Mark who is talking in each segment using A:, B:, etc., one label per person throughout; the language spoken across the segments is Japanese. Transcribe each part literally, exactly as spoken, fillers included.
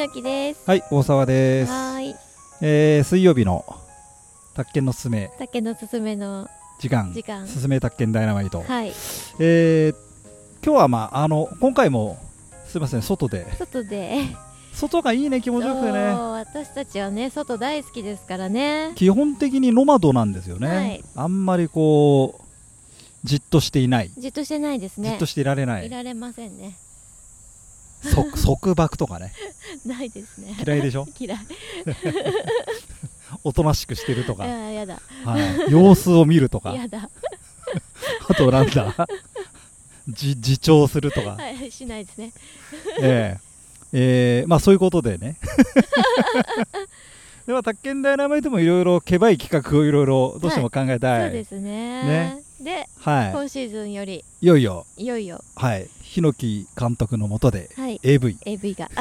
A: 猪木です。
B: はい、大沢です。
A: はい、
B: えー、水曜日の宅建のすすめ
A: 宅建のすすめの
B: 時間、
A: 時間
B: すすめ宅建ダイナマイト。
A: はい。
B: えー、今日はまああの今回もすいません外で
A: 外で
B: 外がいいね、気持ちよくてね。
A: 私たちはね外大好きですからね。
B: 基本的にノマドなんですよね、はい、あんまりこうじっとしていない。
A: じっとしてないですね。
B: じっとしていられない。
A: いられませんね。
B: 束縛とかね
A: ないですね。
B: 嫌いでしょ。
A: 嫌い
B: おとなしくしてるとか、
A: ややだ、
B: はい、様子を見るとか
A: やだ
B: あとなんだ自, 自重するとか、
A: はい、しないですね。
B: えー、えー、まあそういうことでねでは宅建ダイナマイトもいろいろけばい企画をいろいろどうしても考えたい、
A: はい、そうです ね,
B: ね
A: で、
B: はい、
A: 今シーズンより
B: いよいよ
A: いよいよ
B: はい檜監督の下で、はい、エーブイ
A: エーブイ が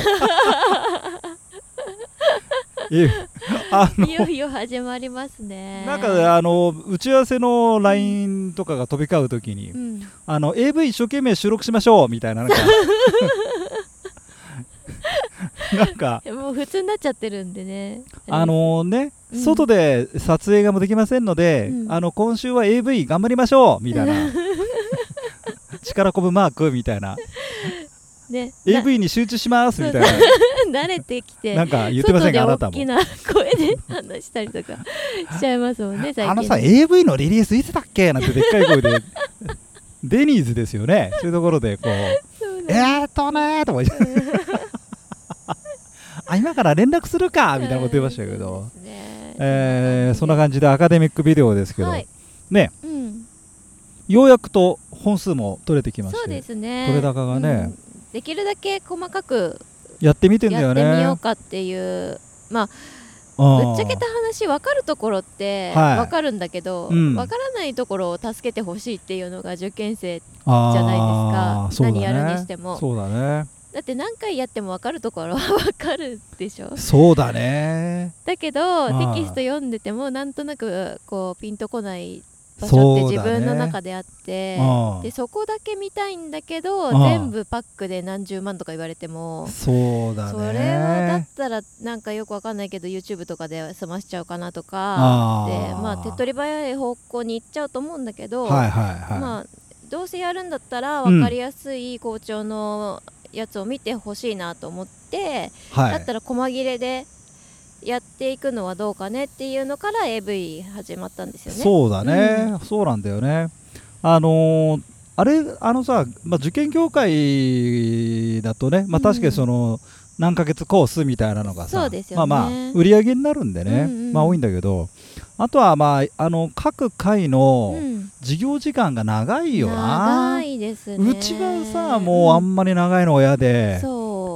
B: あの
A: いよいよ始まりますね。
B: なんかあの打ち合わせの ライン とかが飛び交うときに、うん、あの エーブイ 一生懸命収録しましょうみたいななんかなんか
A: もう普通になっちゃってるんでね。
B: あのね、うん、外で撮影がもできませんので、うん、あの今週は エーブイ 頑張りましょうみたいな力こぶマークみたいな、ね、エーブイ に集中しますみたいな
A: 慣れてきて
B: なんか言ってませんか、あなたも
A: 大きな声で話したりとかしちゃいますもんね最近。
B: あのさ エーブイ のリリースいつだっけなんてでっかい声でデニーズですよね、そういうところでこうえーっとねーとか言ってあ今から連絡するかみたいなこと言いましたけど、そ, ねえー、そんな感じでアカデミックビデオですけど、はい、ね、うん、ようやくと本数も取れてきまして、
A: そうですね、
B: 取れ高がね、うん、
A: できるだけ細かく
B: やってみてんだよね。
A: やってみようかっていう、まあぶっちゃけた話分かるところって分かるんだけど、はい、うん、分からないところを助けてほしいっていうのが受験生じゃないですか、ね、何やるにしても。
B: そうだね、
A: だって何回やっても分かるところは分かるでしょ。
B: そうだね。
A: だけどテキスト読んでてもなんとなくこうピンとこない場所って自分の中であって、そ, でそこだけ見たいんだけど全部パックで何十万とか言われても、
B: そうだね、
A: それはだったらなんかよく分かんないけど YouTube とかで済ましちゃうかなとかで、まあ手っ取り早い方向に行っちゃうと思うんだけど、はいはいはい、まあどうせやるんだったら分かりやすい校長のやつを見てほしいなと思って、はい、だったら細切れでやっていくのはどうかねっていうのから エーブイ 始まったんですよね。
B: そうだね、うん、そうなんだよね。あのー、あれあのさ、まあ、受験業界だとね、まあ、確かにその、うん、何ヶ月コースみたいなのがさ、ね、まあまあ売り上げになるんでね、うんうん、まあ多いんだけど、あとはまああの各回の授業時間が長いよな、
A: うん、長いですね。
B: うちがさもうあんまり長いの親で、うん、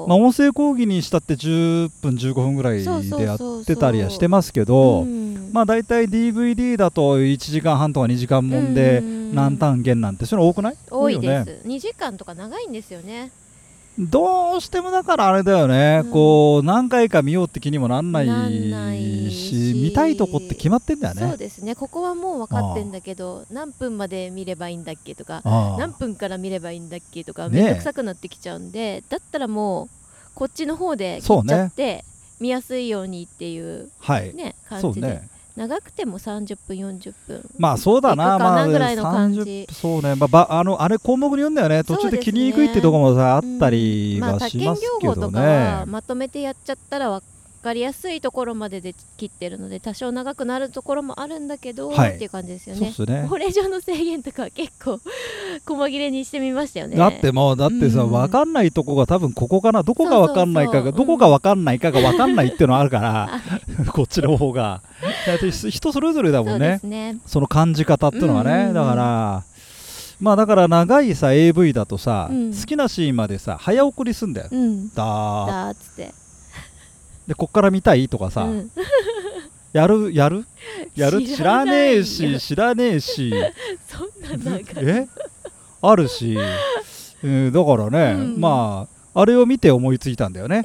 B: まあ、音声講義にしたってじゅっぷんじゅうごふんぐらいでやってたりはしてますけど、うん、まあだいたい ディーブイディー だといちじかんはんとかにじかんもんで何単元なんてそういうの多くない？
A: 多いです。にじかんとか長いんですよね。
B: どうしてもだからあれだよね、うん、こう何回か見ようって気にもなんないし、なんないし見たいとこって決まってんだよね。
A: そうですね、ここはもう分かってんだけど何分まで見ればいいんだっけとか何分から見ればいいんだっけとかめんどくさくなってきちゃうんで、ね、だったらもうこっちの方で切っちゃって、ね、見やすいようにっていう、はいね、感じで、ね、長くてもさんじゅっぷんよんじゅっぷん
B: まあそうだな、
A: まあぐらいの感じ。
B: そうね、まあ、ばあのあれ項目に読んだよね、途中で切りにくいってところもさ、ね、あったりはしますけどね、まあ、宅建業法とかはまとめてやっちゃったら分かりやすいところまでで切ってるので多少長くなるところもあるんだけど、はい、っていう感じですよね。そうですね、これ以上の制限とかは結構細切れにしてみましたよね。 だってもうだってさ、うん、分かんないとこが多分ここかな、どこが分かんないかがどこが分かんないかが分かんないっていうのあるからこっちの方が人それぞれだもん ね, そ, ねその感じ方っていうのはね、うんうんうん、だからまあだから長いさ エーブイ だとさ、うん、好きなシーンまでさ早送りすんだよ、うん、だー
A: だーっつって
B: でこっから見たいとかさ、うん、やるやるやる知らねえし知らねえし
A: そんな長い
B: えあるし、えー、だからね、うん、まああれを見て思いついたんだよね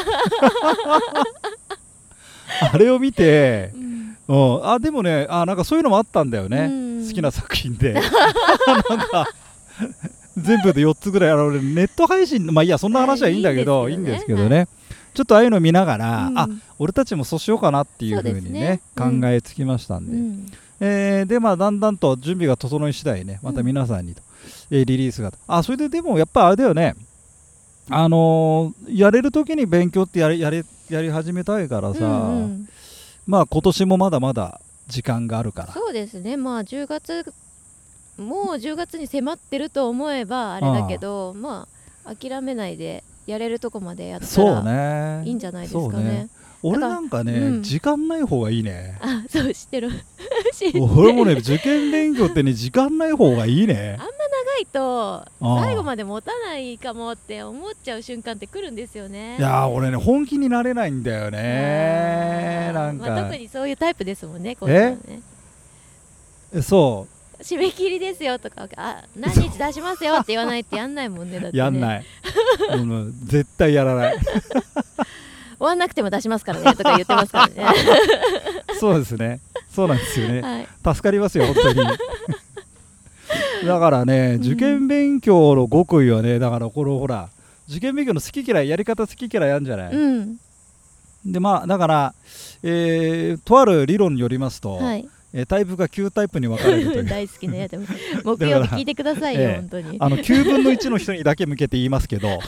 B: あれを見て、うん、うん、あでもねあなんかそういうのもあったんだよね、うん、好きな作品でなんか全部でよっつぐらいあのネット配信まあいいやそんな話はいいんだけど、いいんですけどね、 ちょっとああいうの見ながら、うん、あ俺たちもそうしようかなっていうふうにね、ね考えつきましたんで、うんえー、でまあだんだんと準備が整い次第ねまた皆さんにと、うんえー、リリースがあそれででもやっぱあれだよねあのー、やれる時に勉強ってやり、やり、やり始めたいからさ、うんうん、まあ今年もまだまだ時間があるから
A: そうですねまあじゅうがつもうじゅうがつに迫ってると思えばあれだけどあまあ諦めないでやれるとこまでやったらいいんじゃないですか ね, ね
B: 俺なんかね、うん、時間ない方がいいね
A: あそう知ってる
B: 俺もね受験勉強ってね時間ない方がいいね
A: あんま長いと最後まで持たないかもって思っちゃう瞬間って来るんですよね
B: いや俺ね本気になれないんだよねなんか、
A: まあ、特にそういうタイプですもんねこっちはね
B: えそう
A: 締め切りですよとかあ何日出しますよって言わないってやんないもんねだってね
B: やんないもう絶対やらない
A: 終わんなくても出しますからねとか言ってますからね
B: そうですねそうなんですよね、はい、助かりますよ本当にだからね、うん、受験勉強の極意はねだからこのほら受験勉強の好き嫌いやり方好き嫌いあるんじゃない、うん、でまあだから、えー、とある理論によりますと、はいタイプがきゅうタイプに分かれるという
A: 大好きなやつ木曜日聞いてくださいよ、ええ、本当に
B: あのきゅうぶんのいちの人にだけ向けて言いますけど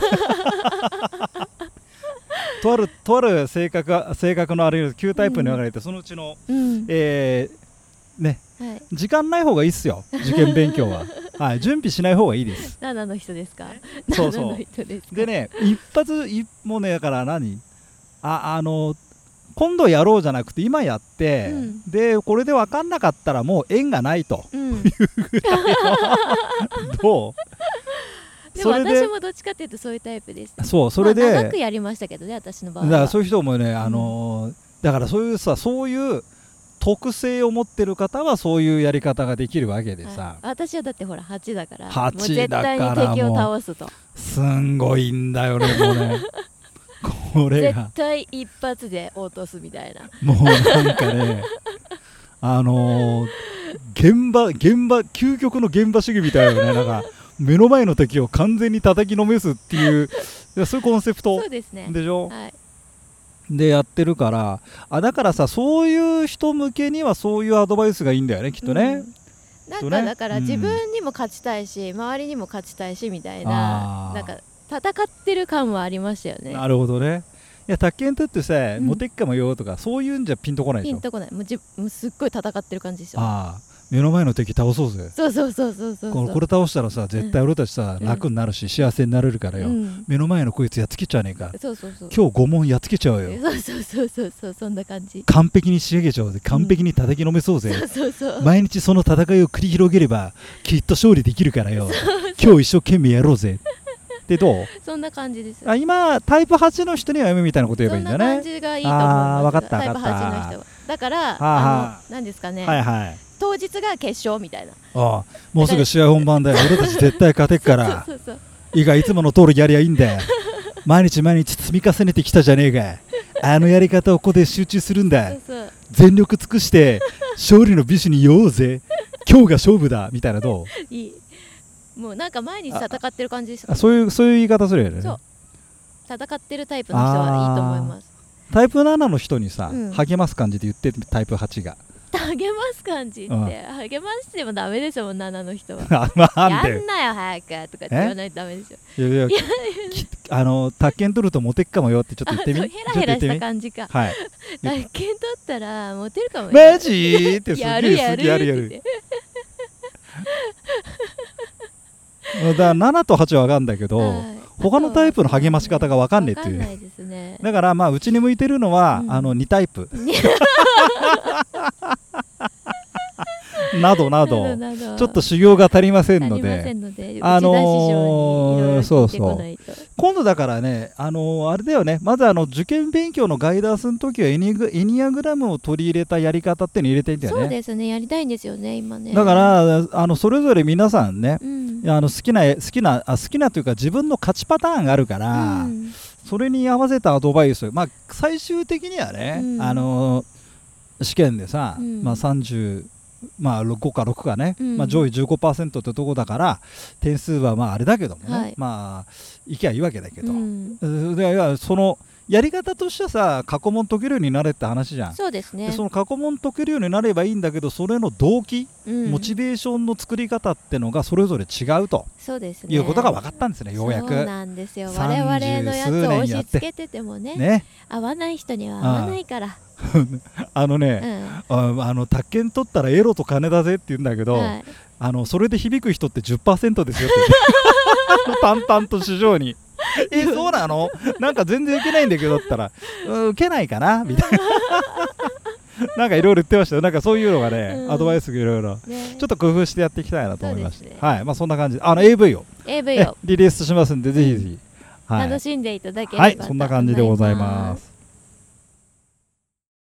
B: とあるとある性格が性格のあるきゅうタイプに分かれて、うん、そのうちの、うんえーねはい、時間ない方がいいっすよ受験勉強は、はい、準備しない方がいいです
A: ななの人ですか
B: そうそうでね一発いもうねだから何ああの今度やろうじゃなくて今やって、うん、でこれで分かんなかったらもう縁がないというぐらいの、うん、どう
A: でも私もどっちかっていうとそういうタイプです、ね、
B: そうそれで、まあ、
A: 長くやりましたけどね私の場合は
B: だからそういう人もね、あのーうん、だからそういうさそういう特性を持ってる方はそういうやり方ができるわけでさ、はい、
A: 私はだってほらはちだから
B: はちだから
A: もう絶対に敵を倒すと
B: すんごいんだよねもうねこれが
A: 絶対一発で落とすみたいな
B: もうなんかねあのー、現場現場究極の現場主義みたいなねなんか目の前の敵を完全に叩きのめすっていうそういうコンセプト
A: そうですね
B: でしょ、
A: はい、
B: でやってるからあだからさそういう人向けにはそういうアドバイスがいいんだよねきっとね、
A: うん、なんかだから自分にも勝ちたいし、うん、周りにも勝ちたいしみたいななんか戦ってる感はありましたよね
B: なるほどねいや宅建とってさ、うん、モテっかもよとかそういうんじゃピンとこないでしょ
A: ピンとこないもうじもうすっごい戦ってる感じですよ
B: ああ目の前の敵倒そうぜ
A: そうそうそうそうそう
B: これ倒したらさ絶対俺たちさ、うん、楽になるし幸せになれるからよ、うん、目の前のこいつやっつけちゃわねえか
A: そうそうそう
B: 今日ご問やっつけちゃおうよ
A: そうそうそうそうそうそんな感じ
B: 完璧に仕上げちゃおうぜ完璧に叩きのめそうぜ、
A: うん、そうそうそう
B: 毎日その戦いを繰り広げればきっと勝利できるからよ今日一生懸命やろうぜでどう
A: そんな感じです
B: あ今タイプはちの人には読むみたいなこと言えばいいんだね
A: そんな感じがいいと思います
B: あ分かった分かったタイプ
A: はちの人はだから、はあはあ、あの何ですかね、
B: はいはい、
A: 当日が決勝みたいな
B: ああもうすぐ試合本番だよ俺たち絶対勝てっから
A: そうそうそう
B: いいかいつもの通りやりゃいいんだよ毎日毎日積み重ねてきたじゃねえかあのやり方をここで集中するんだそうそう全力尽くして勝利の美酒に酔おうぜ今日が勝負だみたいなどう
A: いいもうなんか毎日戦ってる感じです
B: よ、ね、そういうそういう言い方するよね
A: そう戦ってるタイプの人はいいと思います
B: タイプななの人にさ、うん、励ます感じで言ってタイプはちが
A: 励ます感じって、うん、励ましてもダメですよななの人は
B: なんで
A: やんなよ早くとかって言わないとダメですよ
B: いやいやあの宅建取るとモテっかもよってちょっと言ってみ
A: ヘラヘラした感じか
B: はい
A: 宅建取ったらモテるかもよ
B: マジーってすげえ
A: やるやる
B: やるやるだからななとはちは分かるんだけど、はい、他のタイプの励まし方が分かんねえっていう、
A: ないですね、
B: だからまあうちに向いてるのは、うん、あのにタイプなどなどちょっと修行が足りませんのであのー、そうそう今度だからね、あのー、あれだよねまずあの受験勉強のガイダンスの時はエニグ、エニアグラムを取り入れたやり方っての入れていんだよね。
A: そうですねやりたいんですよね今ね。
B: だからあのそれぞれ皆さんね、うん、あの好きな好きなあ好きなというか自分の勝ちパターンがあるから、うん、それに合わせたアドバイス、まあ、最終的にはね、うん、あのー、試験でさ、うんまあ、さんじゅうまあ、ごかろくかね、うんまあ、上位 じゅうごパーセント ってとこだから点数はまああれだけどもね、はい、まあいきゃいいわけだけど、うん、でそのやり方としてはさ、過去問解けるようになれって話じゃん。
A: そうですね。
B: でその過去問解けるようになればいいんだけど、それの動機、うん、モチベーションの作り方ってのがそれぞれ違うと、
A: そうですね、
B: いうことが分かったんですね、ようやく。
A: そうなんですよ。我々のやつを押し付けてても ね, ね合わない人には合わないから
B: あのね、うん、ああの宅建取ったらエロと金だぜって言うんだけど、はい、あのそれで響く人って じゅっパーセント ですよって淡々と市場にえそうなのなんか全然受けないんだけどって言ったら、うん、受けないかなみたいななんかいろいろ言ってましたよ。なんかそういうのがね、うん、アドバイスいろいろちょっと工夫してやっていきたいなと思いました、ね、はい、まあ、そんな感じで、あの エーブイ を
A: エーブイ を
B: リリースしますんで、ぜひぜひ、
A: はい、楽しんでいただければと思います。
B: はい、そんな感じでございます。